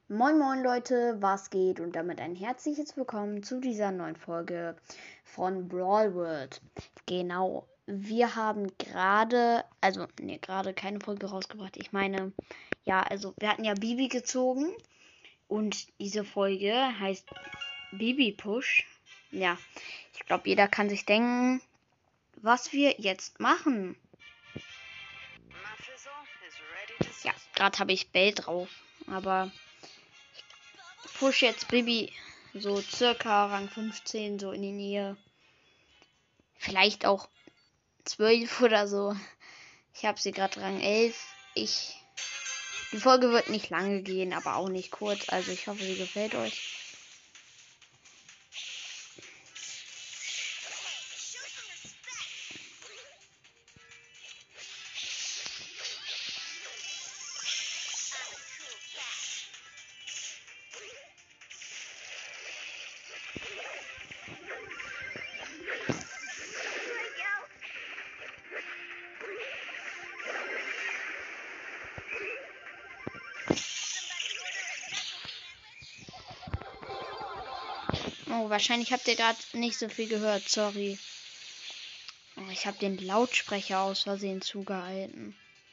Moin moin Leute, was geht? Und damit ein herzliches Willkommen zu dieser neuen Folge von Brawl World. Genau, wir haben gerade keine Folge rausgebracht. Ich meine, wir hatten ja Bibi gezogen und diese Folge heißt Bibi Push. Ja, ich glaube, jeder kann sich denken, was wir jetzt machen. Ja, gerade habe ich Bell drauf, aber push jetzt Bibi so circa Rang 15 so in die Nähe. Vielleicht auch 12 oder so. Ich habe sie gerade Rang 11. Die Folge wird nicht lange gehen, aber auch nicht kurz. Also ich hoffe, sie gefällt euch. Oh, wahrscheinlich habt ihr gerade nicht so viel gehört. Sorry. Oh, ich habe den Lautsprecher aus Versehen zugehalten.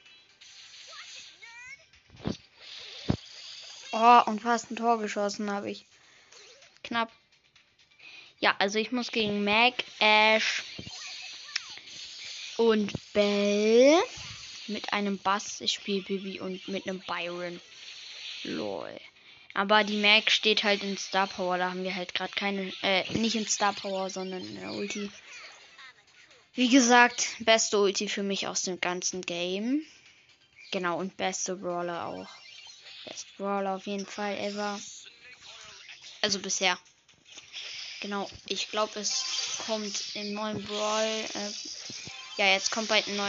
Oh, und fast ein Tor geschossen habe ich. Knapp. Ja, also ich muss gegen Mac, Ash und Bell mit einem Bass. Ich spiele Bibi und mit einem Byron. Lol. Aber die Mac steht halt in Star Power. Da haben wir halt gerade keine. Nicht in Star Power, sondern in der Ulti. Wie gesagt, beste Ulti für mich aus dem ganzen Game. Genau, und beste Brawler auch. Best Brawler auf jeden Fall ever. Also bisher. Genau, ich glaube, es kommt im neuen Brawl. Jetzt kommt bald ein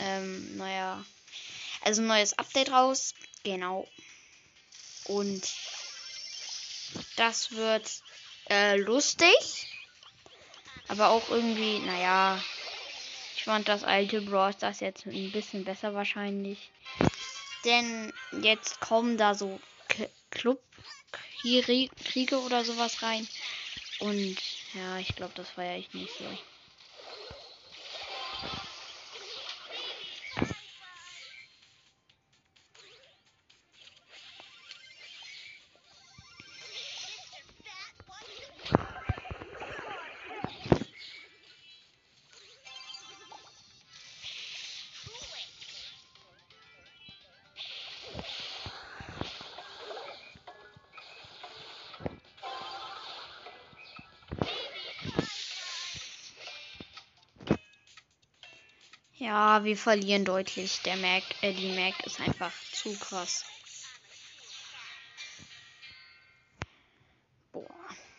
neues Update raus. Genau. Und das wird lustig. Aber auch irgendwie, naja. Ich fand das alte Brawl Stars jetzt ein bisschen besser wahrscheinlich. Denn jetzt kommen da so Club-Kriege oder sowas rein. Und ja, ich glaube, das feiere ich nicht so. Ja, wir verlieren deutlich. Die Mac ist einfach zu krass. Boah.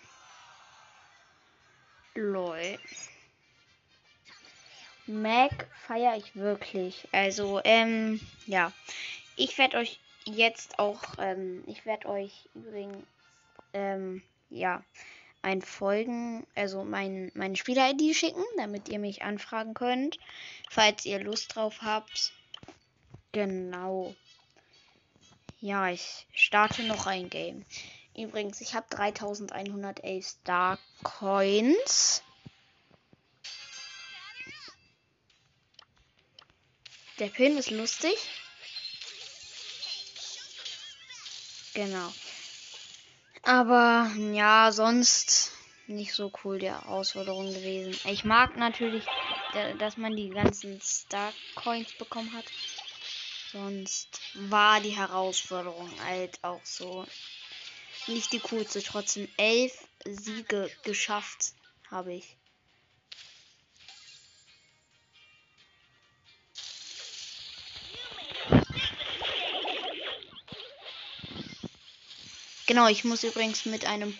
Lol. Mac feiere ich wirklich. Also, ja. Ich werde euch jetzt auch, ich werde euch übrigens, ein Folgen, also meine Spieler-ID schicken, damit ihr mich anfragen könnt, falls ihr Lust drauf habt. Genau. Ja, ich starte noch ein Game. Übrigens, ich habe 3111 Star Coins. Der Pin ist lustig. Genau. Aber ja, sonst nicht so cool die Herausforderung gewesen. Ich mag natürlich, dass man die ganzen Star Coins bekommen hat. Sonst war die Herausforderung halt auch so nicht die coolste. Trotzdem 11 Siege geschafft habe ich. Genau, ich muss übrigens mit einem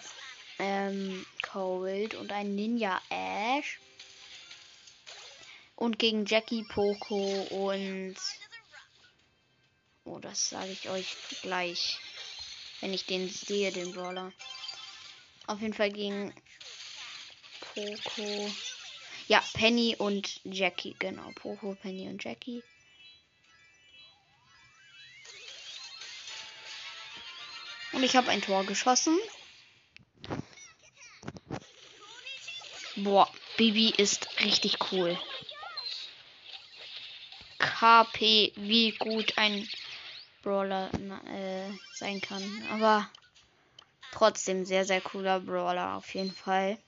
Cold und einem Ninja Ash und gegen Jackie, Poco und das sage ich euch gleich, wenn ich den sehe, den Brawler. Auf jeden Fall gegen Poco. Ja, Penny und Jackie, genau. Poco, Penny und Und ich habe ein Tor geschossen. Boah, Bibi ist richtig cool. KP, wie gut ein Brawler sein kann. Aber trotzdem sehr, sehr cooler Brawler auf jeden Fall.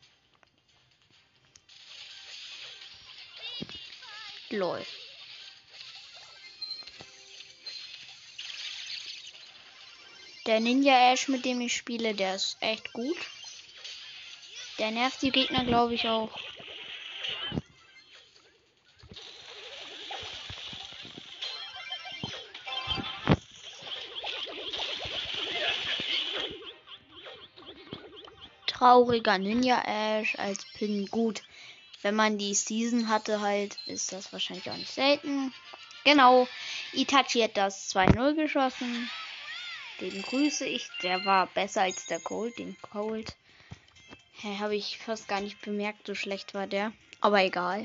Lol. Der Ninja Ash, mit dem ich spiele, der ist echt gut. Der nervt die Gegner, glaube ich, auch. Trauriger Ninja Ash als Pin. Gut, wenn man die Season hatte halt, ist das wahrscheinlich auch nicht selten. Genau, Itachi hat das 2-0 geschossen. Den grüße ich. Der war besser als der Cold. Den Cold habe ich fast gar nicht bemerkt, so schlecht war der. Aber egal.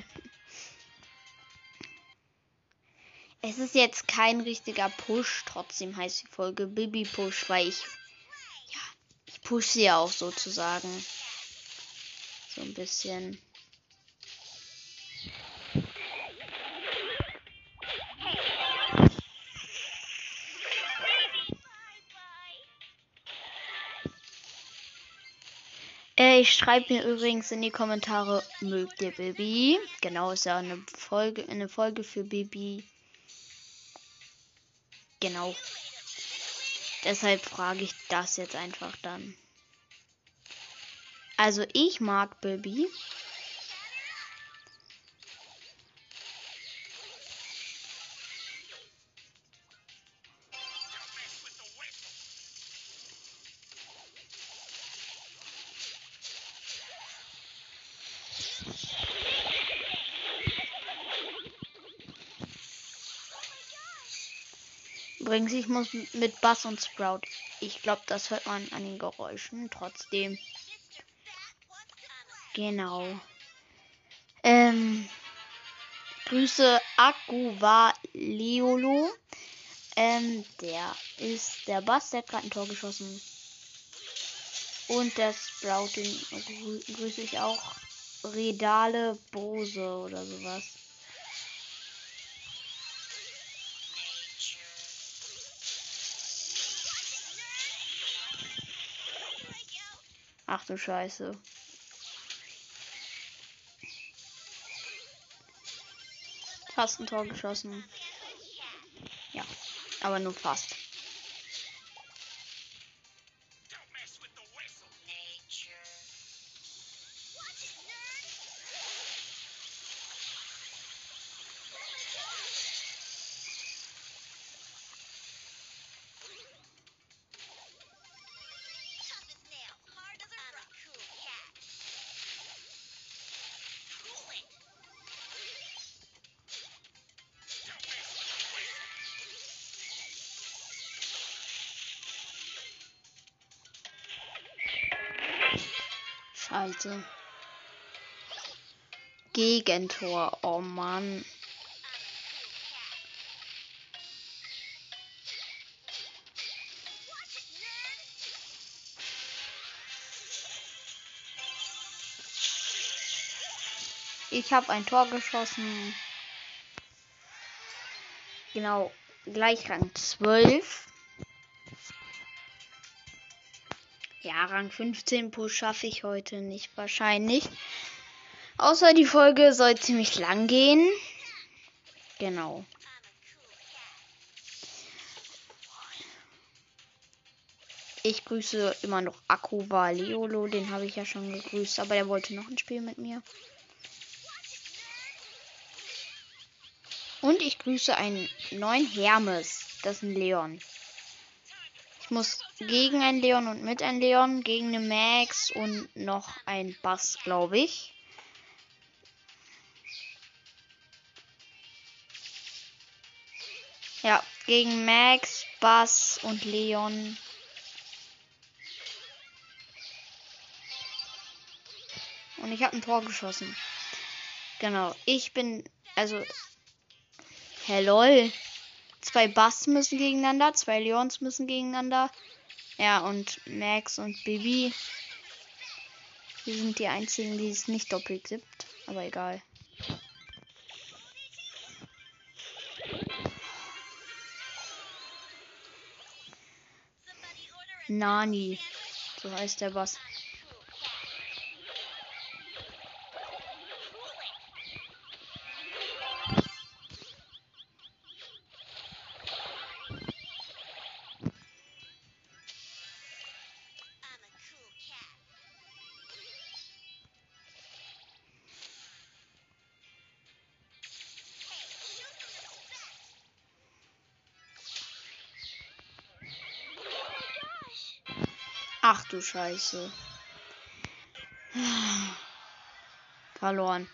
Es ist jetzt kein richtiger Push. Trotzdem heißt die Folge Bibi Push, weil ich push sie auch sozusagen. So ein bisschen. Ich schreibe mir übrigens in die Kommentare, mögt ihr Bibi? Genau, ist ja eine Folge für Bibi. Genau. Deshalb frage ich das jetzt einfach dann. Also ich mag Bibi. Übrigens, ich muss mit Bass und Sprout. Ich glaube, das hört man an den Geräuschen. Trotzdem. Genau. Grüße Akuva Leolo. Der ist der Bass, der hat gerade ein Tor geschossen. Und der Sprout, den grüße ich auch. Redale Bose oder sowas. Ach du Scheiße. Fast ein Tor geschossen. Ja, aber nur fast. Scheiße. Gegentor. Oh Mann. Ich habe ein Tor geschossen. Genau. Gleich Rang 12. Ja, Rang 15 Push schaffe ich heute nicht wahrscheinlich. Außer die Folge soll ziemlich lang gehen. Genau. Ich grüße immer noch Akuva Leolo. Den habe ich ja schon gegrüßt. Aber der wollte noch ein Spiel mit mir. Und ich grüße einen neuen Hermes. Das ist ein Leon. Ich muss gegen einen Leon und mit einem Leon, gegen eine Max und noch ein Bass, glaube ich. Ja, gegen Max, Bass und Leon. Und ich habe ein Tor geschossen. Genau, ich bin, also, hey lol. 2 Bass müssen gegeneinander, 2 Leons müssen gegeneinander. Ja, und Max und Bibi, die sind die einzigen, die es nicht doppelt gibt. Aber egal. Nani, so heißt der Boss. Ach du Scheiße. Verloren.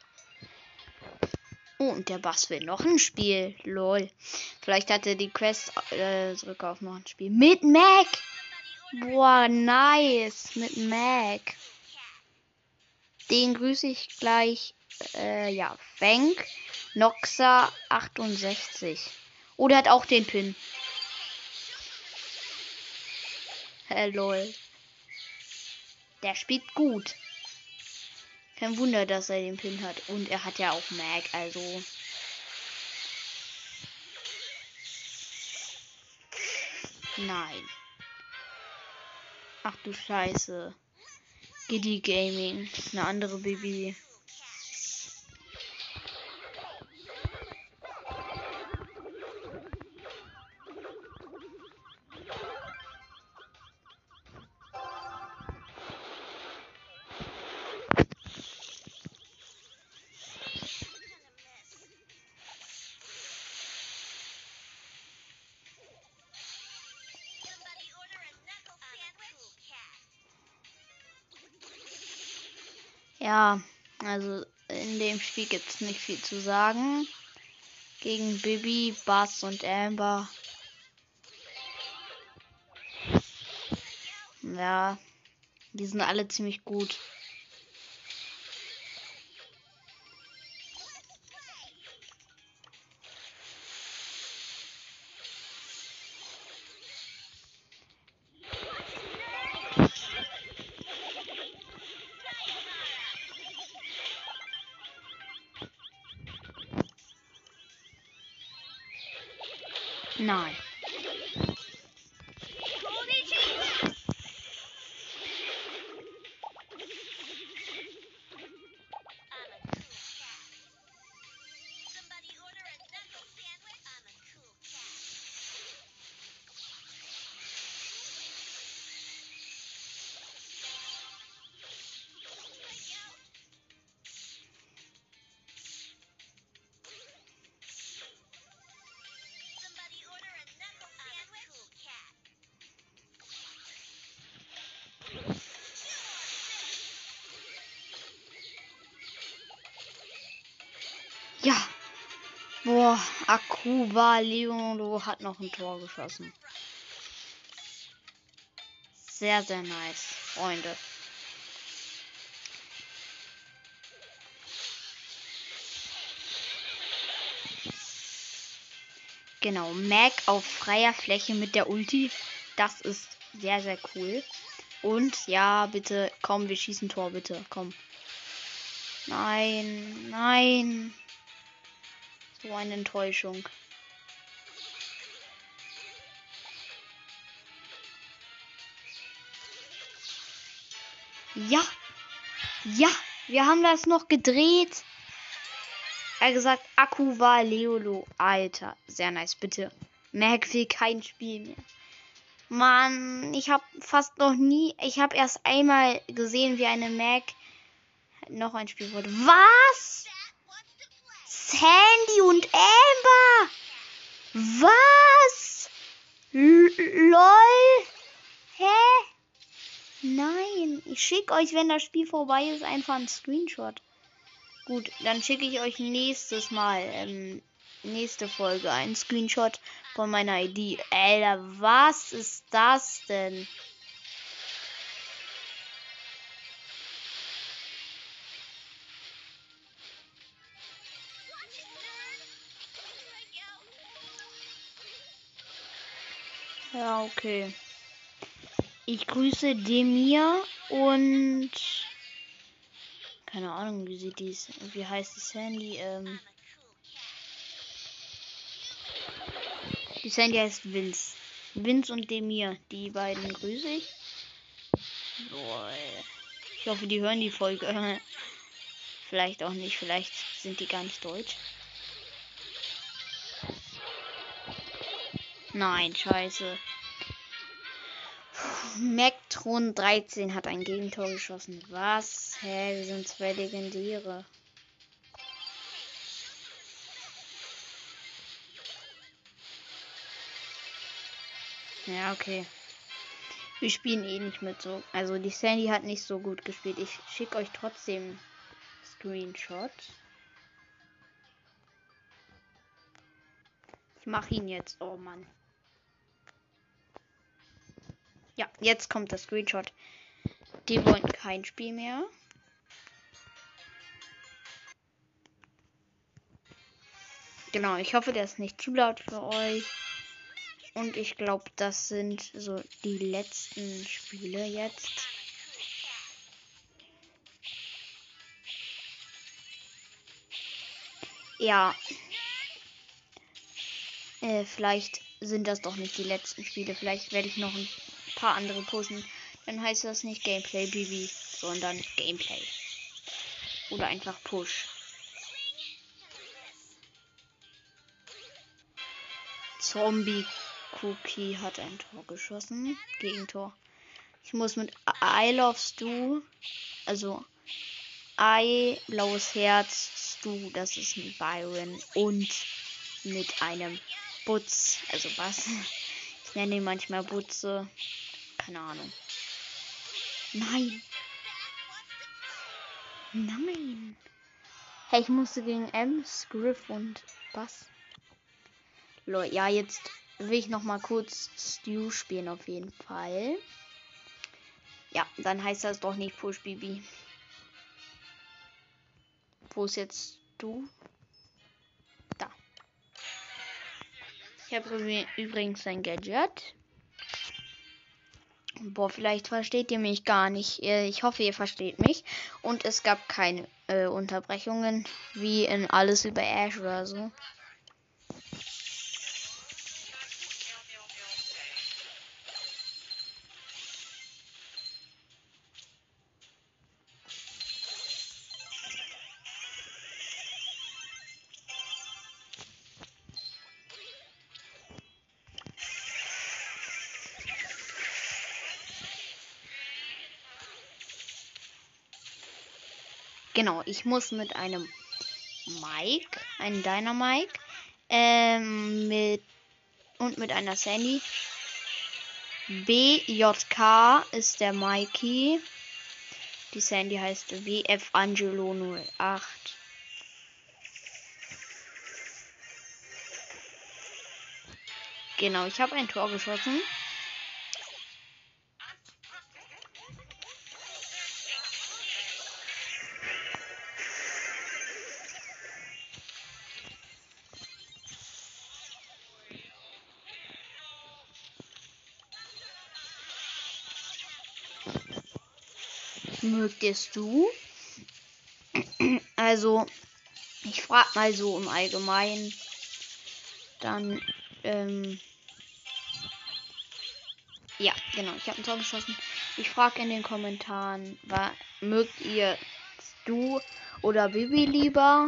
Oh, und der Bass will noch ein Spiel. Lol. Vielleicht hat er die Quest zurückkaufen noch ein Spiel. Mit Mac! Boah, nice. Mit Mac. Den grüße ich gleich. Ja, Fenk. Noxa 68. Oder hat auch den Pin. Lol. Der spielt gut. Kein Wunder, dass er den Pin hat. Und er hat ja auch Mac, also. Nein. Ach du Scheiße. Giddy Gaming. Eine andere Baby. Ja, also in dem Spiel gibt es nicht viel zu sagen. Gegen Bibi, Bass und Amber. Ja, die sind alle ziemlich gut. Nein. Ja. Boah, Akuba Leonardo hat noch ein Tor geschossen. Sehr, sehr nice, Freunde. Genau, Mac auf freier Fläche mit der Ulti. Das ist sehr, sehr cool. Und ja, bitte, komm, wir schießen Tor, bitte, komm. Nein, nein. So eine Enttäuschung. Ja, ja, wir haben das noch gedreht. Er hat gesagt, Akku war Leolo. Alter, sehr nice, bitte. Mac will kein Spiel mehr. Mann, ich habe fast noch nie, ich habe erst einmal gesehen, wie eine Mac noch ein Spiel wurde. Was? Sandy und Amber? Was? LOL? Hä? Nein, ich schicke euch, wenn das Spiel vorbei ist, einfach einen Screenshot. Gut, dann schicke ich euch nächstes Mal, nächste Folge, einen Screenshot von meiner ID. Alter, was ist das denn? Ja, okay. Ich grüße Demir und keine Ahnung, wie heißt die Sandy? Die Sandy heißt Vince. Vince und Demir, die beiden grüße ich. Boah, ich hoffe, die hören die Folge. Vielleicht auch nicht, vielleicht sind die gar nicht deutsch. Nein, scheiße. Mectron 13 hat ein Gegentor geschossen. Was? Hä, wir sind 2 Legendäre. Ja, okay. Wir spielen eh nicht mit so. Also die Sandy hat nicht so gut gespielt. Ich schicke euch trotzdem Screenshot. Ich mache ihn jetzt. Oh Mann. Ja, jetzt kommt das Screenshot. Die wollen kein Spiel mehr. Genau, ich hoffe, der ist nicht zu laut für euch. Und ich glaube, das sind so die letzten Spiele jetzt. Ja. Vielleicht sind das doch nicht die letzten Spiele. Vielleicht werde ich noch ein paar andere pushen. Dann heißt das nicht Gameplay BB, sondern Gameplay. Oder einfach Push. Zombie Cookie hat ein Tor geschossen. Gegentor. Ich muss mit I Love Stu, also I, blaues Herz, Stu, das ist ein Byron. Und mit einem Butz. Also was? Ich nenne ihn manchmal Butze. Keine Ahnung. Nein. Nein. Hey, ich musste gegen Ems, Griff und Bass. Leute, ja, jetzt will ich noch mal kurz Stew spielen auf jeden Fall. Ja, dann heißt das doch nicht Push Bibi. Wo ist jetzt du? Da. Ich habe übrigens ein Gadget. Boah, vielleicht versteht ihr mich gar nicht. Ich hoffe, ihr versteht mich. Und es gab keine Unterbrechungen, wie in Alles über Ash oder so. Genau, ich muss mit einem Mike, einem Dynamike, mit einer Sandy. BJK ist der Mikey. Die Sandy heißt WF Angelo 08. Genau, ich habe ein Tor geschossen. Möchtest du? Also, ich frage mal so im Allgemeinen. Dann, ja, genau, ich habe ein Tor geschossen. Ich frage in den Kommentaren, mögt ihr Stu oder Bibi lieber?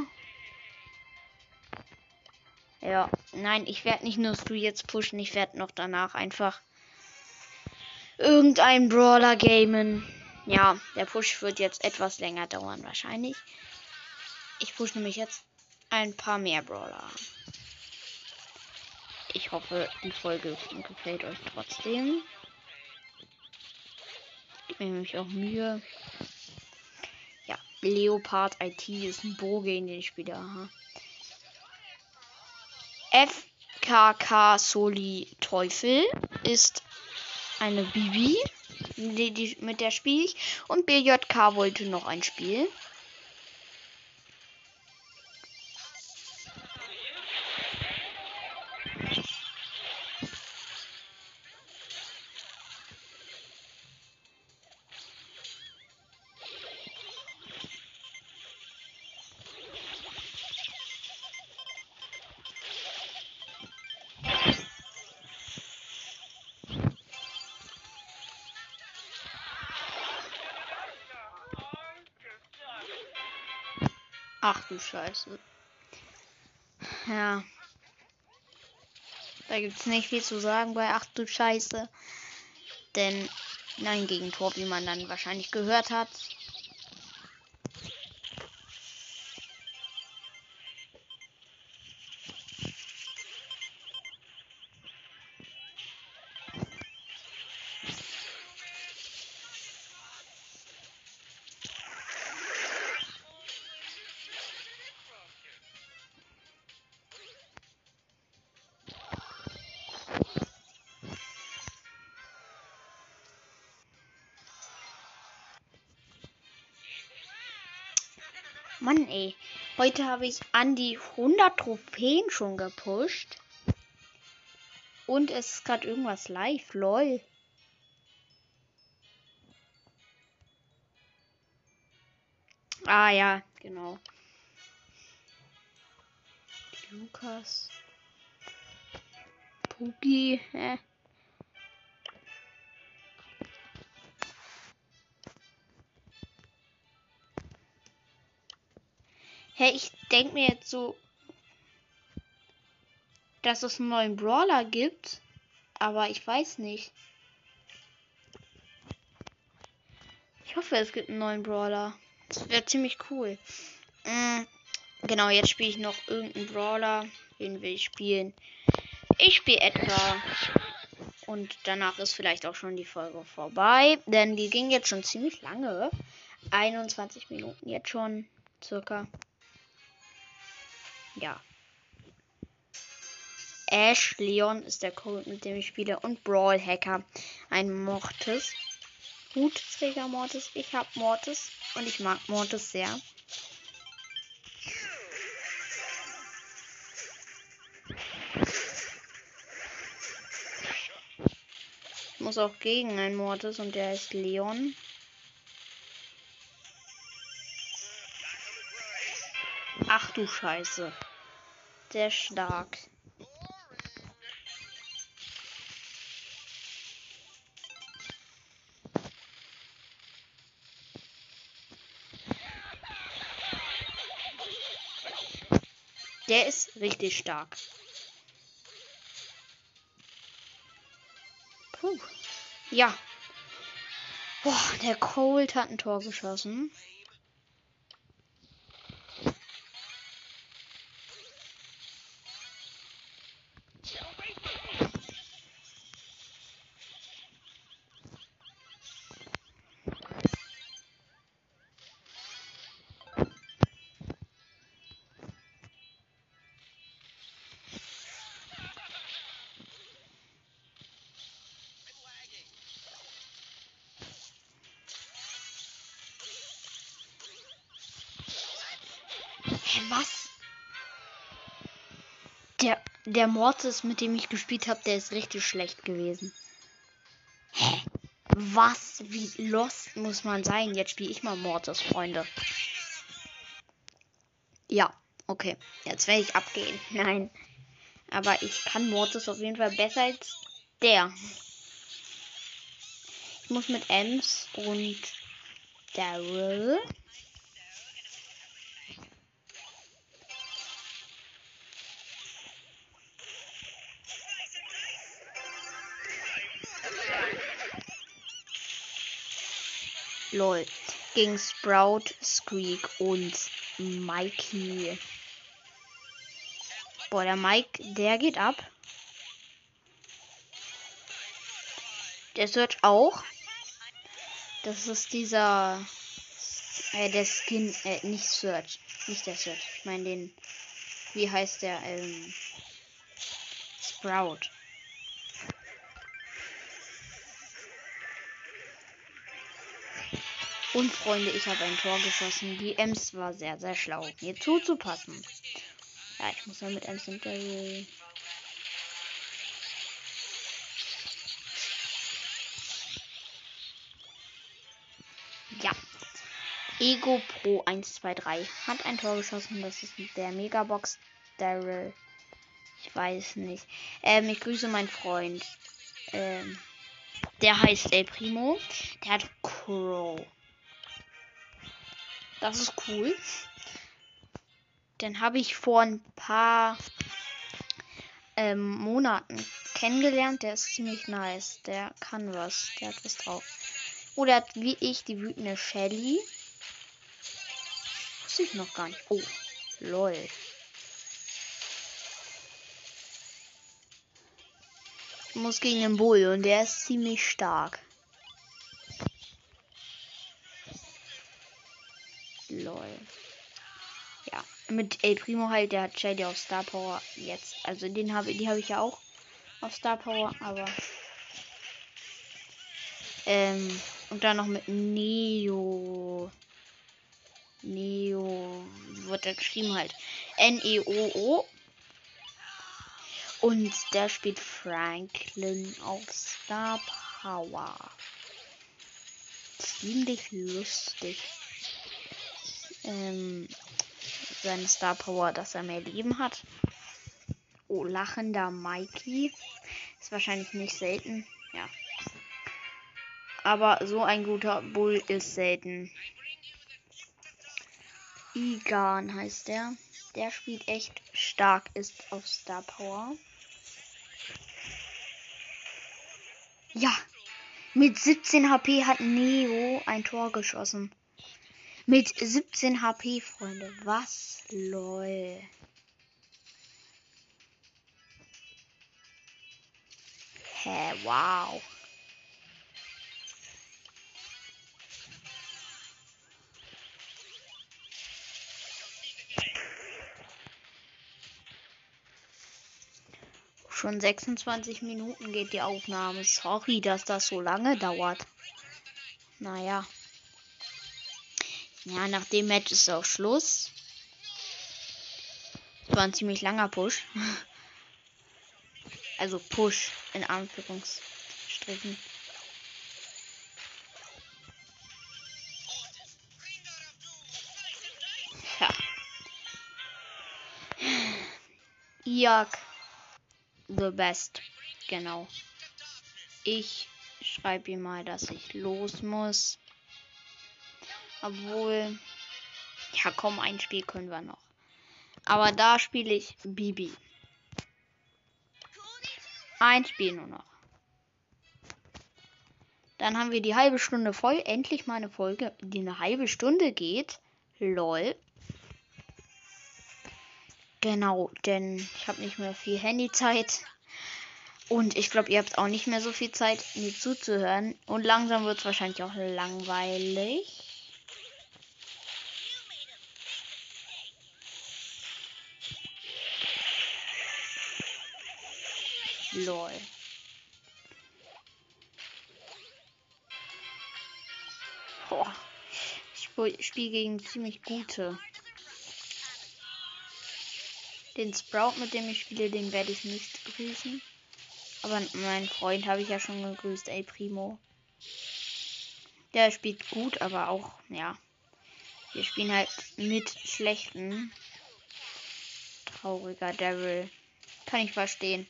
Ja, nein, ich werde nicht nur Stu jetzt pushen, ich werde noch danach einfach irgendein Brawler gamen. Ja, der Push wird jetzt etwas länger dauern wahrscheinlich. Ich push nämlich jetzt ein paar mehr Brawler. Ich hoffe, die Folge gefällt euch trotzdem. Gib mir nämlich auch Mühe. Ja, Leopard IT ist ein Bogen, den ich spiele. Aha. FKK Soli Teufel ist eine Bibi. Mit der spiele ich. Und BJK wollte noch ein Spiel. Ach du Scheiße. Ja. Da gibt's nicht viel zu sagen bei Ach du Scheiße. Denn nein, gegen Tor, wie man dann wahrscheinlich gehört hat. Mann, ey. Heute habe ich an die 100 Trophäen schon gepusht. Und es ist gerade irgendwas live. Lol. Ah ja, genau. Lukas. Puki. Hey, ich denke mir jetzt so, dass es einen neuen Brawler gibt. Aber ich weiß nicht. Ich hoffe, es gibt einen neuen Brawler. Das wäre ziemlich cool. Genau, jetzt spiele ich noch irgendeinen Brawler. Wen will ich spielen? Ich spiele Edgar. Und danach ist vielleicht auch schon die Folge vorbei. Denn die ging jetzt schon ziemlich lange. 21 Minuten jetzt schon. Circa. Ja. Ash Leon ist der Code, mit dem ich spiele. Und Brawl Hacker. Ein Mortis. Hutträger Mortis. Ich habe Mortis. Und ich mag Mortis sehr. Ich muss auch gegen einen Mortis und der ist Leon. Ach du Scheiße. Sehr stark. Der ist richtig stark. Puh. Ja. Boah, der Colt hat ein Tor geschossen. Hä, was? Der Mortis, mit dem ich gespielt habe, der ist richtig schlecht gewesen. Hä? Was? Wie lost muss man sein? Jetzt spiele ich mal Mortis, Freunde. Ja, okay. Jetzt werde ich abgehen. Nein. Aber ich kann Mortis auf jeden Fall besser als der. Ich muss mit Ems und Daryl. Lol. Gegen Sprout, Squeak und Mikey. Boah, der Mike, der geht ab. Der Search auch. Das ist dieser. Der Skin. Nicht Search. Nicht der Search. Ich meine den. Wie heißt der? Sprout. Und Freunde, ich habe ein Tor geschossen. Die Ems war sehr, sehr schlau, mir zuzupassen. Ja, ich muss mal mit Ems hinterher. Ja. Ego Pro 123 hat ein Tor geschossen. Das ist der Megabox Daryl. Ich weiß nicht. Ich grüße meinen Freund. Der heißt El Primo. Der hat Crow. Das ist cool. Den habe ich vor ein paar Monaten kennengelernt. Der ist ziemlich nice. Der kann was. Der hat was drauf. Oder hat wie ich die wütende Shelly. Wusste ich noch gar nicht. Oh, lol. Ich muss gegen den Bull und der ist ziemlich stark. Lol. Ja, mit El Primo halt, der hat Shelly auf Star Power jetzt. Also die habe ich ja auch auf Star Power, aber und dann noch mit Neo, wie wird der geschrieben halt? Neoo. Und der spielt Franklin auf Star Power. Ziemlich lustig. Seine Star Power, dass er mehr Leben hat. Oh, lachender Mikey. Ist wahrscheinlich nicht selten. Ja. Aber so ein guter Bull ist selten. Igan heißt der. Der spielt echt stark, ist auf Star Power. Ja. Mit 17 HP hat Neo ein Tor geschossen. Mit 17 HP, Freunde. Was? Lol. Hä, wow. Schon 26 Minuten geht die Aufnahme. Sorry, dass das so lange dauert. Naja. Ja, nach dem Match ist auch Schluss. War ein ziemlich langer Push. Also Push in Anführungsstrichen. Ja. Jak. The best. Genau. Ich schreibe ihm mal, dass ich los muss. Obwohl. Ja, komm, ein Spiel können wir noch. Aber da spiele ich Bibi. Ein Spiel nur noch. Dann haben wir die halbe Stunde voll. Endlich mal eine Folge, die eine halbe Stunde geht. Lol. Genau, denn ich habe nicht mehr viel Handyzeit. Und ich glaube, ihr habt auch nicht mehr so viel Zeit, mir zuzuhören. Und langsam wird es wahrscheinlich auch langweilig. Lol. Boah. Ich spiele gegen ziemlich gute. Den Sprout, mit dem ich spiele, den werde ich nicht grüßen. Aber meinen Freund habe ich ja schon gegrüßt, El Primo. Der spielt gut, aber auch, ja. Wir spielen halt mit schlechten. Trauriger Devil. Kann ich verstehen.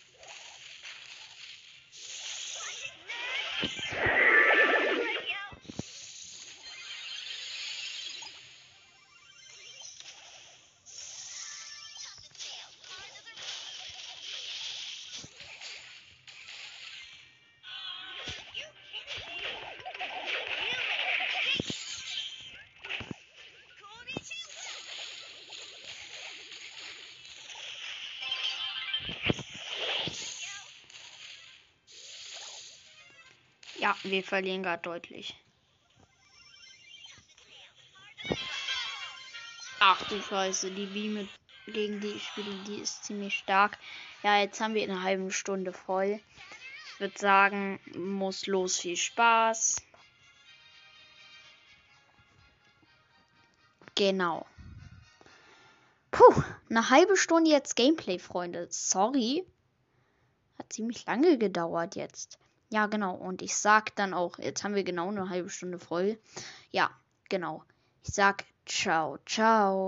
Ja, wir verlieren gerade deutlich. Ach du Scheiße, die Beam gegen die ich spiele, die ist ziemlich stark. Ja, jetzt haben wir eine halbe Stunde voll. Ich würde sagen, muss los, viel Spaß. Genau. Puh, eine halbe Stunde jetzt Gameplay, Freunde. Sorry. Hat ziemlich lange gedauert jetzt. Ja, genau. Und ich sag dann auch, jetzt haben wir genau eine halbe Stunde voll. Ja, genau. Ich sag ciao, ciao.